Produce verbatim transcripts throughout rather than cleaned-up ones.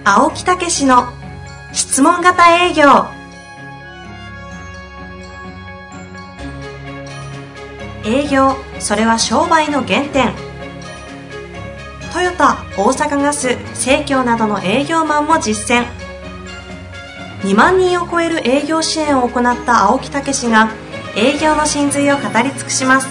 青木武氏の質問型営業。営業、それは商売の原点。トヨタ、大阪ガス、生協などの営業マンも実践。にまんにんを超える営業支援を行った青木武氏が営業の真髄を語り尽くします。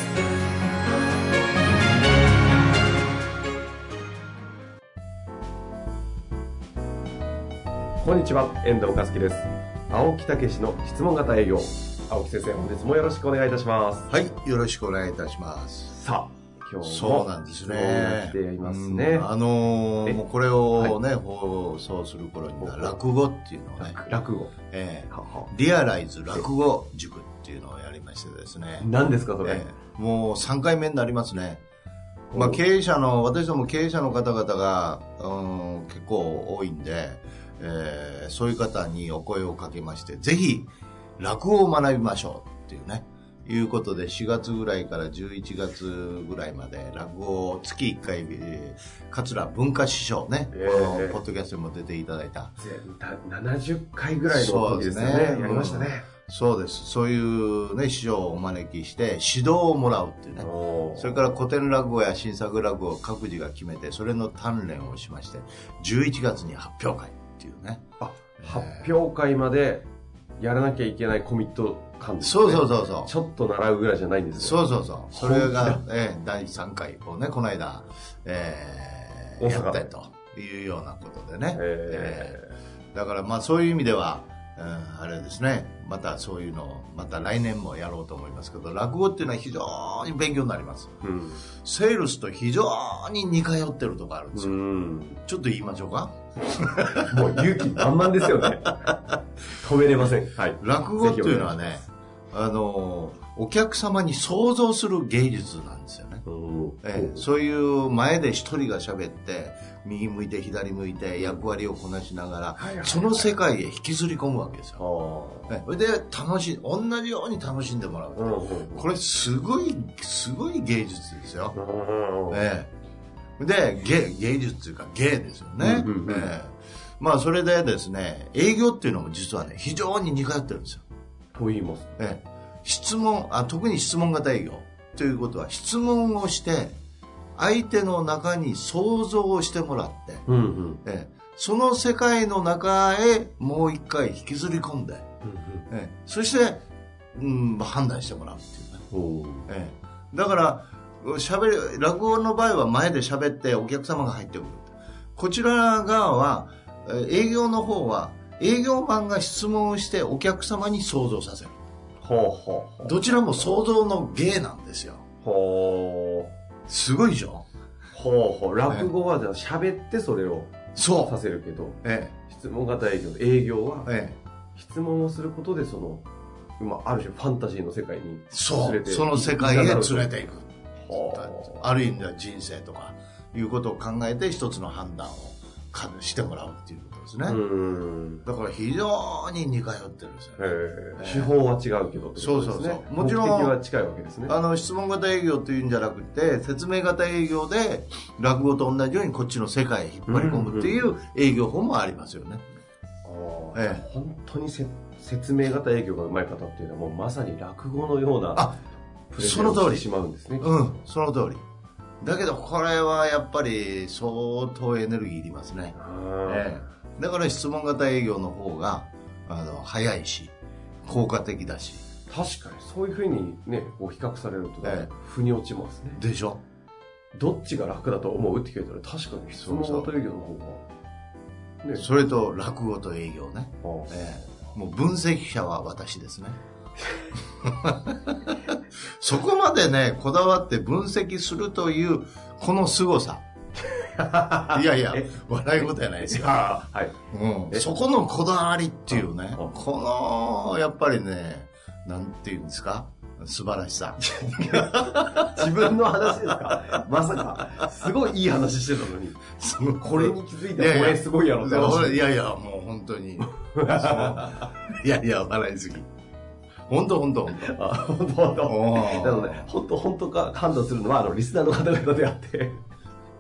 こんにちは、遠藤和樹です。青木武の質問型営業。青木先生、本日もよろしくお願いいたします。 はい、よろしくお願いいたします。 さあ、今日もそうなんですね。 質問が来ていますね。 うん、あのー、もうこれをね、はい、放送する頃には落語っていうのをね、 落語、 えー、ははリアライズ落語塾っていうのをやりましてですね。 何ですかそれ、えー、もうさんかいめになりますね。まあ、経営者の私ども経営者の方々が、うん、結構多いんで、えー、そういう方にお声をかけまして、ぜひ落語を学びましょうっていうね、いうことでしがつぐらいからじゅういちがつぐらいまで落語を月いっかい、えー、桂文化師匠ね、えー、このポッドキャストにも出ていただいたななじゅっかいぐらいの時ですよね。そうですね、やりましたね、 うん、そうです。そういうね師匠をお招きして指導をもらうっていうね、それから古典落語や新作落語を各自が決めて、それの鍛錬をしまして、じゅういちがつに発表会っていうね、 あ、発表会までやらなきゃいけないコミット感ですね。 そうそうそうそう。 ちょっと習うぐらいじゃないんですね。 そうそうそう。それが、えー、だいさんかいをね、この間、えー、やったというようなことでね。えー、だからまあそういう意味では、うん、あれですね、またそういうのをまた来年もやろうと思いますけど、落語っていうのは非常に勉強になります。うん、セールスと非常に似通ってるとこあるんですよ。うん、ちょっと言いましょうか。 もう勇気満々ですよね。止めれません。はい。 落語っていうのはね、あのお客様に想像する芸術なんですよね。ええ、そういう前で一人が喋って右向いて左向いて役割をこなしながら、はいはいはい、その世界へ引きずり込むわけですよ。ええ、それで楽しい、同じように楽しんでもらう。うんうん、これすごいすごい芸術ですよ。うん、ええで 芸, 芸術というか芸ですよね、うんうんうん、えー、まあそれでですね、営業っていうのも実はね非常に似通ってるんですよ。 と言います、 えー、質問あ特に質問型営業ということは、質問をして相手の中に想像をしてもらって、うんうん、えー、その世界の中へもう一回引きずり込んで、うんうん、えー、そして、うん、判断してもらうっていうね、えー、だから喋る落語の場合は前で喋ってお客様が入ってくる。こちら側は営業の方は営業マンが質問をしてお客様に想像させる。ほうほうほう。どちらも想像の芸なんですよ。ほう。すごいでしょ。 ほうほう。落語はじゃあ喋ってそれをさせるけど、ええ、質問型営業営業は、ええ、質問をすることでその、まあ、ある種ファンタジーの世界に連れて、 そう、その世界へ連れていく。ある意味では人生とかいうことを考えて一つの判断をしてもらうっていうことですね。うん、だから非常に似通ってるんですよ、ね、 えー、手法は違うけどってことですね。そうそうそう。もちろん目的は近いわけですね。 あの質問型営業というんじゃなくて、説明型営業で落語と同じようにこっちの世界へ引っ張り込むっていう営業法もありますよね。 うんうん、あ、ええ、本当にせ説明型営業がうまい方っていうのはもうまさに落語のような、あ、 その通りしまうんですね。 うん、その通り。だけどこれはやっぱり相当エネルギーいりますね。ええ、だから質問型営業の方があの早いし効果的だし。 確かにそういうふうにね、こう比較されると、ね、ええ、腑に落ちますね。 でしょ。 どっちが楽だと思うって聞いたら確かに質問型営業の方が、 ね、それと落語と営業ね。ああ、ええ、もう分析者は私ですね。そこまでねこだわって分析するというこの凄さいやいや笑い事じゃないですよ、はい、うん、そこのこだわりっていうね、このやっぱりね、なんていうんですか、素晴らしさ。 自分の話ですか。まさかすごいいい話してたのにこれに気づいて、これすごいやろって話。 いやいやもう本当にいやいや笑いすぎ。本当本当本当。あ、本当本当。 なので本当本当か判断するのはあのリスナーの方々であって。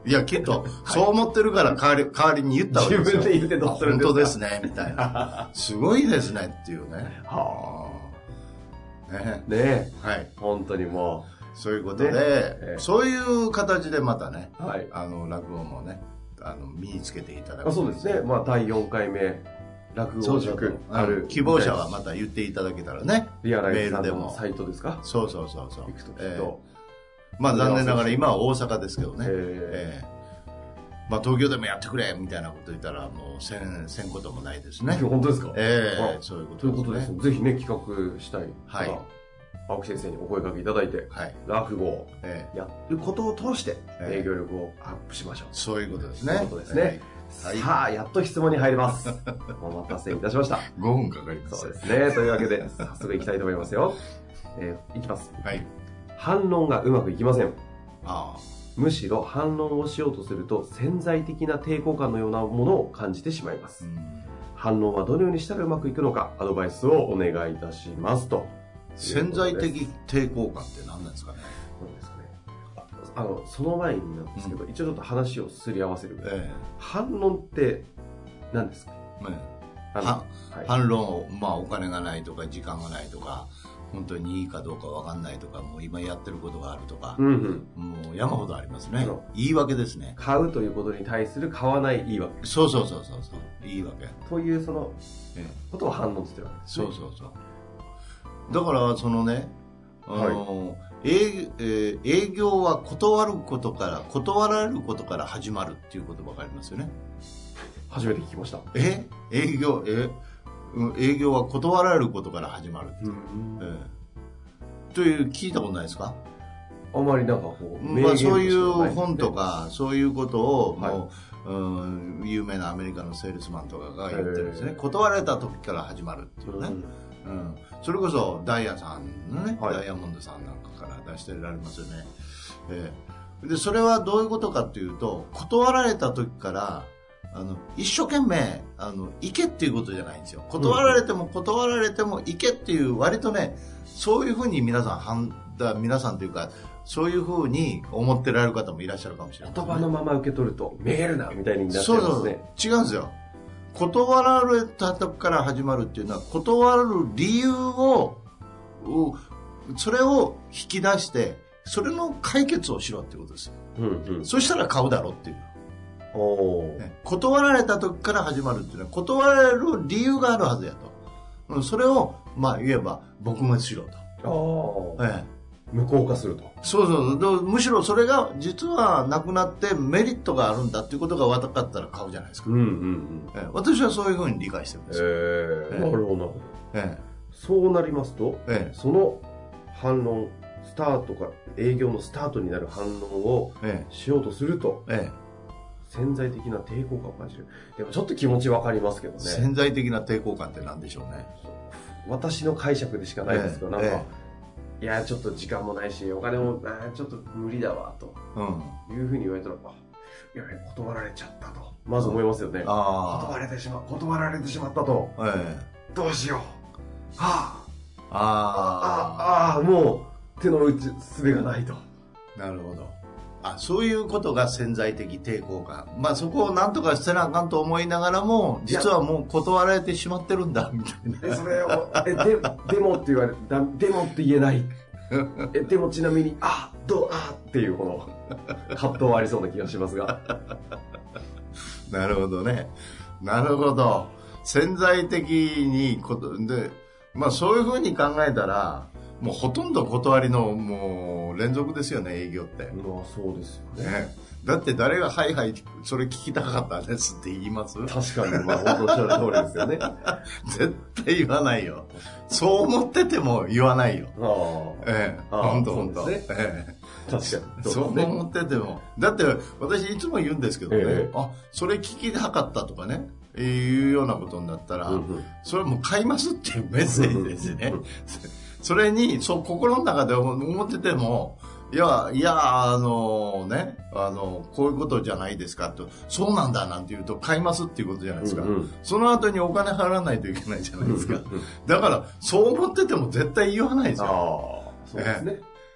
いや、きっと、そう思ってるから代わり、代わりに言ったわけですよ。 自分で言ってどうするんですか。 本当ですね、みたいな。すごいですね、っていうね。はあ。ねえ。はい。本当にもう。そういうことで、ねえー、そういう形でまたね、はい、あの、落語もね、あの、身につけていただく。 あ、そうですね。まあ、だいよんかいめ、落語塾ある。 希望者はまた言っていただけたらね。 リアライズさんのサイトですか。 そうそうそうそう。 行くときっと。 えー、まあ、残念ながら今は大阪ですけどね。えーえーまあ、東京でもやってくれみたいなこと言ったらもうせん、せんこともないですね。 本当ですか。 ええー、そういうことですね。 ということですね。ぜひね、企画したい。はい。青木先生にお声掛けいただいて、はい、落語をやることを通して営業力をアップしましょう。 そういうことですね。 そういうことですね。はい、さあ、やっと質問に入ります。お待たせいたしました。 ごふんかかります。 そうですね。というわけで、早速いきたいと思いますよ。えー、いきます。はい。反論がうまくいきません。ああ。むしろ反論をしようとすると潜在的な抵抗感のようなものを感じてしまいます。反論はどのようにしたらうまくいくのかアドバイスをお願いいたしますと。 潜在的抵抗感って何なんですかね。 何ですかね。あのその前になんですけど、うん、一応ちょっと話をすり合わせる、ええ、反論って何ですか、ね、 あのは、はい、反論、まあお金がないとか時間がないとか本当にいいかどうか分かんないとかもう今やってることがあるとか、うんうん、もう山ほどありますね。言い訳ですね。 買うということに対する買わない言い訳。 そうそうそうそうそう言い訳というその、ええ、ことを反論してるわけですね。 そうそうそう。だからそのね、あの、はい、営, えー、営業は断ることから断られることから始まるっていうこと分かりますよね。 初めて聞きました。 え営業え営業は断られることから始まるって、うんえー、という聞いたことないですか。 あまりなんかこう、 まあ、そういう本とかそういうことをもう、はい、うん有名なアメリカのセールスマンとかが言ってるんですね。断られた時から始まるっていうね、うんうん、それこそダイヤさんのね、はい、ダイヤモンドさんなんかから出してられますよね、えー、でそれはどういうことかっていうと断られた時からあの一生懸命あの行けっていうことじゃないんですよ。断られても断られても行けっていう割とねそういうふうに皆さん判断皆さんというかそういうふうに思ってられる方もいらっしゃるかもしれない、ね、 言葉のまま受け取るとめげるなみたいになっちゃいますね。そうそう違うんですよ。断られた時から始まるっていうのは断る理由をそれを引き出してそれの解決をしろっていうことですよ、うんうん、そしたら買うだろうっていうお断られた時から始まるっていうのは断られる理由があるはずやとそれをまあ言えば撲滅しろと、ええ無効化すると。 そうそうそう。むしろそれが実はなくなってメリットがあるんだっていうことが分かったら買うじゃないですか、うんうんうんええ、私はそういうふうに理解してるんですよ、えーえー、なるほどなるほど、ええ、そうなりますと、ええ、その反論スタートか営業のスタートになる反論をしようとすると、ええ、潜在的な抵抗感を感じる。でもちょっと気持ち分かりますけどね。 潜在的な抵抗感って何でしょうね。 私の解釈でしかないですけど、ええ、なんか、ええいやちょっと時間もないしお金もあちょっと無理だわと、うん、いうふうに言われたらあいや断られちゃったとまず思いますよね、うん、あ断られてしま断られてしまったと、ええ、どうしようはああああもう手の内すべがないと。 なるほど。あそういうことが潜在的抵抗感。まあそこを何とかしてなあかんと思いながらも実はもう断られてしまってるんだみたいな。 それをえででもって言われだでもって言えないえでもちなみにあどうあっていうこの葛藤はありそうな気がしますがなるほどね。なるほど。潜在的にことでまあそういうふうに考えたらもうほとんど断りのもう連続ですよね営業って。 まあそうですよね。ねだって誰がはいはいそれ聞きたかったんですって言います？ 確かにまあ本当おっしゃる通りですよね。 絶対言わないよ。そう思ってても言わないよ。ああ、ええ、本当本当。ええ、確かにそう、ね、そう思っててもだって私いつも言うんですけどね、ええ、あそれ聞きたかったとかねいうようなことになったら、うんうん、それもう買いますっていうメッセージですね。それにそう心の中で思っててもいやいやあのねあのこういうことじゃないですかとそうなんだなんて言うと買いますっていうことじゃないですか、うんうん、その後にお金払わないといけないじゃないですかだからそう思ってても絶対言わないですよ。 あそうですね、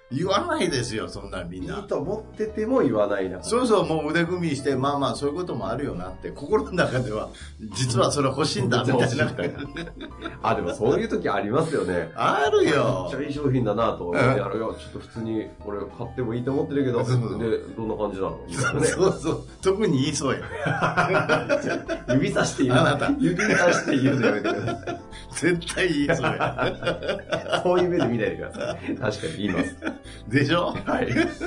言わないですよ、そんなみんな。 いいと思ってても言わないな。 そうそう、もう腕組みして、まあまあそういうこともあるよなって、心の中では、実はそれ欲しいんだ、みたいな。 あ、でもそういう時ありますよね。 あるよ。 めっちゃいい商品だなと思って、あれ、ちょっと普通に、これ買ってもいいと思ってるけど、で、どんな感じなのみたいなね。 そうそう。特に言いそうや。 指さして言う。あなた。指さして言うのやめてください。 絶対言いそうや。 そういう目で見ないでください。確かに言います。 でしょ？ はい。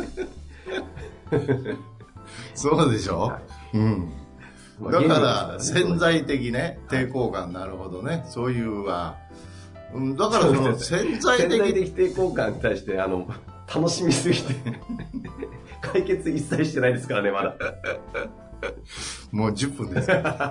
そうでしょ？はい、うん。だから、潜在的ね、抵抗感、なるほどね。そういうは、うん、だからその潜在的。 潜在的抵抗感に対して、あの、楽しみすぎて、解決一切してないですからね、まだ。 もうじゅっぷんです。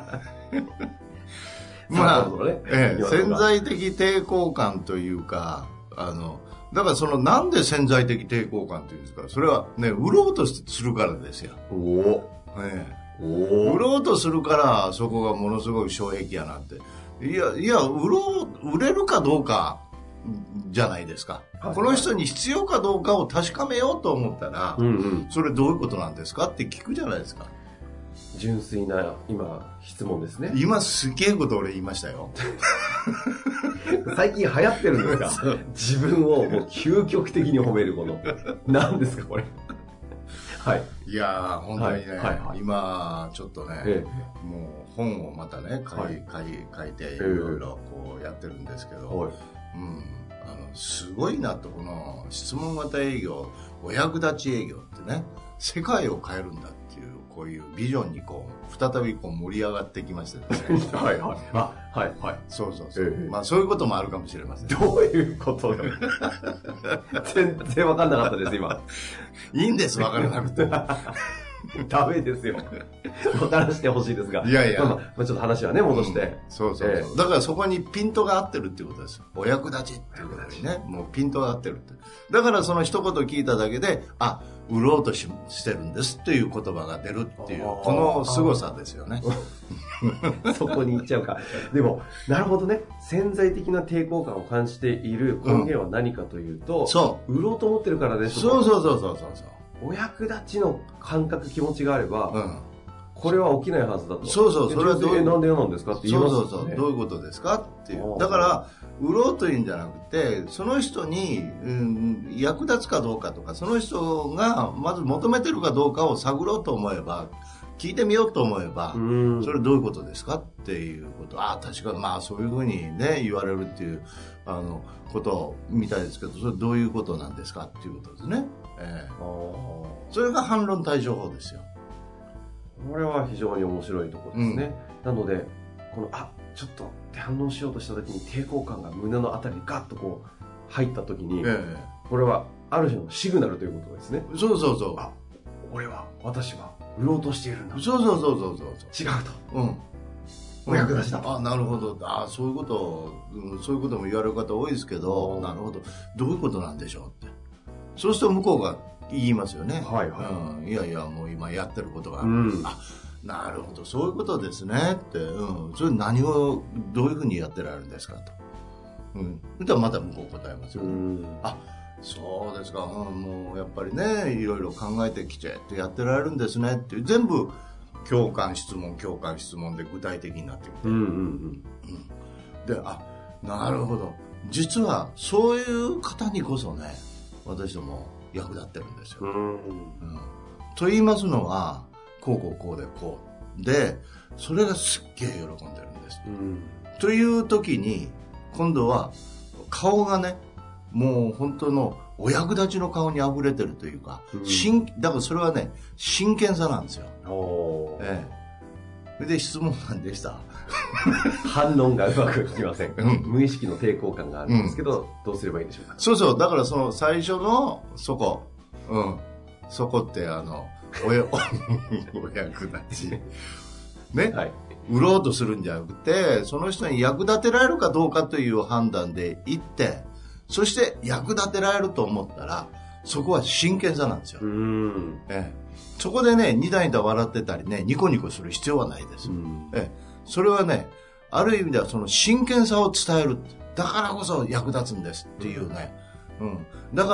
まあ、ねええ、潜在的抵抗感というか、あの、だからそのなんで潜在的抵抗感っていうんですか、それはね、売ろうとするからですよ。 おお、 ええ、お売ろうとするからそこがものすごい障壁やなって。いやいや、売ろう売れるかどうかじゃないですか。はい、この人に必要かどうかを確かめようと思ったら、うんうん、それどういうことなんですかって聞くじゃないですか。 純粋な今質問ですね。 今すげえこと俺言いましたよ。 最近流行ってるんですか？自分をもう究極的に褒めるもの。何ですかこれ。はい。 いやー本当にね、はいはいはい、今ちょっとね、ええ、もう本をまたね書い、はい、書い書いていろいろこうやってるんですけど、はい、うん、あのすごいなと、この質問型営業、お役立ち営業ってね、世界を変えるんだっていうこういうビジョンにこう再びこう盛り上がってきましてですね。 はいはい。あ、はいはい。 そうそうそう。ええ、まあそういうこともあるかもしれません。 どういうことよ。全然わかんなかったです今。 いいんです、わからなくて。 ダメですよ。わからせてほしいですが。 いやいや。 まあ、まあ、ちょっと話はね、戻して。うん、 そうそうそう、えー。だからそこにピントが合ってるっていうことですよ。お役立ちっていうことにね。もうピントが合ってるって。だからその一言聞いただけで、あ、売ろうと し, してるんですっていう言葉が出るっていう、この凄さですよね。 そこに行っちゃうか。でも、なるほどね。潜在的な抵抗感を感じている根源は何かというと、うん、そう。売ろうと思ってるからです。 そうそうそうそうそうそう。 お役立ちの感覚、気持ちがあれば、うん、これは起きないはずだと。 そうそう、それはどういう、 なんで嫌なんですかって言いますよね。 そうそうそう、どういうことですかっていう。だから、売ろうというんじゃなくて、その人に、うん、役立つかどうかとか、その人がまず求めてるかどうかを探ろうと思えば、聞いてみようと思えば、それどういうことですかっていうこと。ああ、確かに、まあそういうふうにね、言われるっていう、あの、ことみたいですけど、それどういうことなんですかっていうことですね。えー、それが反論対処法ですよ。 これは非常に面白いところですね。うん、なので、この、あ、ちょっと反論しようとした時に抵抗感が胸のあたりにガッとこう入った時に、えー、これはある種のシグナルということですね。 そうそうそう。 あ、俺は、私は売ろうとしているんだ。 そうそうそうそうそう。 違うと。 うん。 お役立ちだと。 あ、なるほど。あ、そういうこと、うん、そういうことも言われる方多いですけど、なるほど。どういうことなんでしょうって。そうすると向こうが言いますよね。 はいはい。 うん、いやいや、もう今やってることがある。うん、あ、なるほど、そういうことですねって。うん。それ何を、どういうふうにやってられるんですかと。うん。そしたらまた向こう答えますよね。うん、あ、そうですか。うん、もうやっぱりね、いろいろ考えてきてってやってられるんですねっていう。全部、共感質問、共感質問で具体的になってくる。うんうんうん。うん。で、あ、なるほど。実は、そういう方にこそね、私ども役立ってるんですよ。うんうん、と言いますのは、こうこうこうでこう。で、それがすっげえ喜んでるんです。うん、という時に、今度は顔がね、もう本当のお役立ちの顔に溢れてるというか、うん、だからそれはね、真剣さなんですよ。おええ、それで質問なんでした。 反論がうまくいきません、うん、無意識の抵抗感があるんですけど、うん、どうすればいいでしょうか。 そうそう、だからその最初のそこ、うん、そこってあのおやお役立ちね、はい、売ろうとするんじゃなくて、その人に役立てられるかどうかという判断でいって、そして役立てられると思ったら、そこは真剣さなんですよ。うん、ええ、そこでね、ニタニタ笑ってたりね、ニコニコする必要はないです。うん、ええ、それはね、ある意味ではその真剣さを伝える。だからこそ役立つんですっていうね。うん。だから、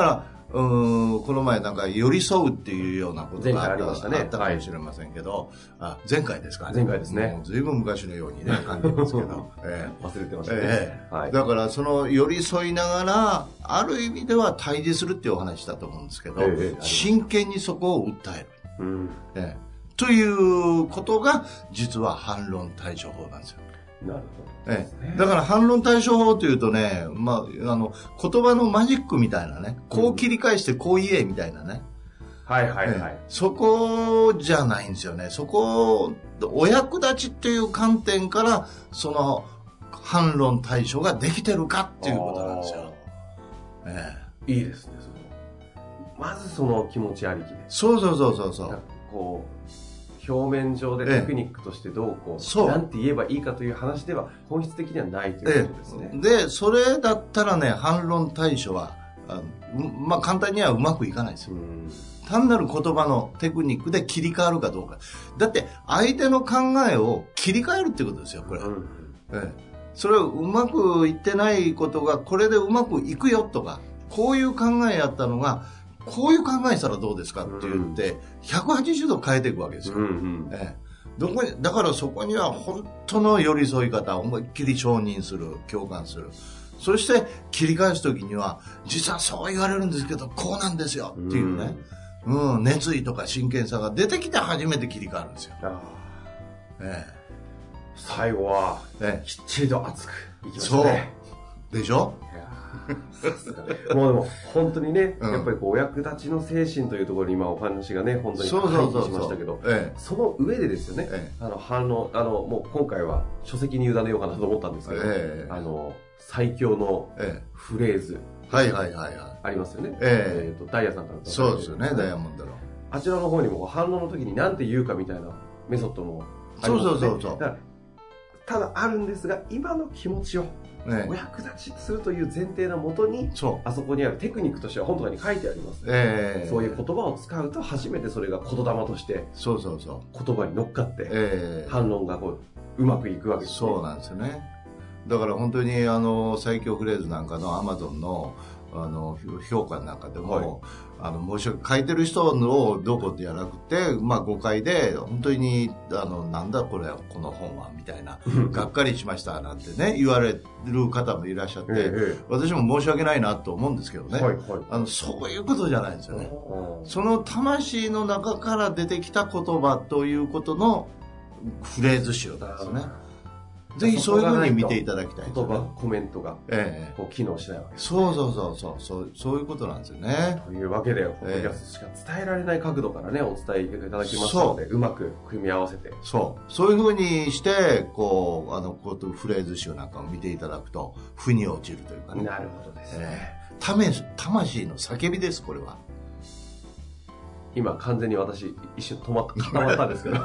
うーん、この前なんか寄り添うっていうようなことがあった、 前回ありましたね、 あったかもしれませんけど、はい、あ、前回ですかね。 前回ですね。 もう随分昔のようにね、感じますけど。 えー、忘れてましたね。 えーはい、 だからその寄り添いながら、ある意味では対峙するっていうお話だと思うんですけど、えー、真剣にそこを訴える。うんえー、ということが、実は反論対処法なんですよ。 なるほど、ええ、だから反論対処法というとね、まあ、あの言葉のマジックみたいなね、こう切り返してこう言えみたいなね、 うん、はいはいはい、ええ、そこじゃないんですよね。そこお役立ちっていう観点からその反論対処ができてるかっていうことなんですよ、 ええ、いいですね。そのまずその気持ちありきで、 そうそうそうそうそう、 こう表面上でテクニックとしてどうこう、ええ、なんて言えばいいかという話では本質的にはないということですね。 ええ、で、それだったらね、反論対処は、あのまあ、簡単にはうまくいかないですよ。単なる言葉のテクニックで切り替わるかどうか。だって、相手の考えを切り替えるってことですよ、これ。うんええ、それをうまくいってないことが、これでうまくいくよとか、こういう考えやったのが、こういう考えしたらどうですかって言って、ひゃくはちじゅうど変えていくわけですよ。うんうんええ、どこにだからそこには本当の寄り添い方を思いっきり承認する、共感する。そして切り返すときには、実はそう言われるんですけど、こうなんですよっていうね、うんうん、熱意とか真剣さが出てきて初めて切り替わるんですよ。あ、 ええ、最後は、ええ、きっちりと熱くいきましたね。 そうでしょ。 もうでも本当にね、うん、やっぱりこうお役立ちの精神というところに今お話がね本当に入ってしましたけど、その上でですよね、ええ、あの反論あのもう今回は書籍に委ねようかなと思ったんですけど、ええ、あの最強のフレーズ、 ええ、はいはいはいはいありますよね。 えええー、とダイヤさんからそうですよね、ダイヤモンドのあちらの方にも反論の時に何て言うかみたいなメソッドもありますよね。 そうそうそうそう。 だただあるんですが、今の気持ちをね、お役立ちするという前提のもとに、そあそこにあるテクニックとしては本とかに書いてあります、ねえー、そういう言葉を使うと初めてそれが言霊としてそうそうそう言葉に乗っかって、えー、反論がこううまくいくわけです、ね、 そうなんですよね。だから本当にあの最強フレーズなんかの Amazon のあの評価の中でも、はい、あの申し訳書いてる人をどうこうってやなくて、まあ、誤解で本当にあのなんだこれこの本はみたいながっかりしましたなんてね言われる方もいらっしゃって、ええ、私も申し訳ないなと思うんですけどね、はいはい、あのそういうことじゃないんですよね。その魂の中から出てきた言葉ということのフレーズ集なんですね。ぜひそういうふうに見ていただきたい、ね、 言葉コメントがこう機能しないわけです、ね、 そうそうそうそうそうそういうことなんですよね。 というわけでポッドキャストしか伝えられない角度からねお伝えいただきましたので、うまく組み合わせてそうそういうふうにしてこうあのこうフレーズ集なんかを見ていただくと腑に落ちるというかね。 なるほどですね、 えー、魂の叫びです。これは今完全に私一瞬止まった固まったんですけど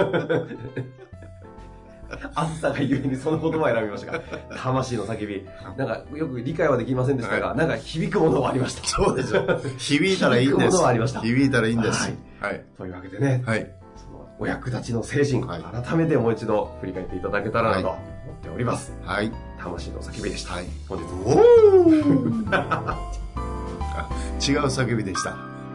暑さがゆえにその言葉を選びましたが、魂の叫び、なんかよく理解はできませんでしたが、はい、なんか響くものはありました。 そうですよ。響いたらいいんです。響くものはありました。響いたらいいんです。 はい。はい、というわけでね、はい、そのお役立ちの精神、はい、改めてもう一度振り返っていただけたらなと思っております。はい。魂の叫びでした。はい。本日も。おー違う叫びでした。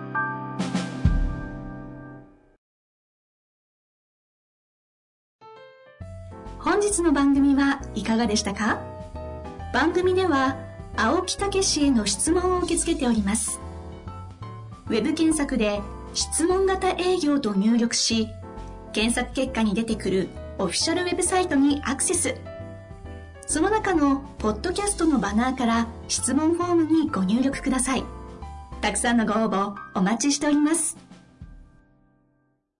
本日の番組はいかがでしたか？番組では青木武氏への質問を受け付けております。ウェブ検索で質問型営業と入力し、検索結果に出てくるオフィシャルウェブサイトにアクセス。その中のポッドキャストのバナーから質問フォームにご入力ください。たくさんのご応募お待ちしております。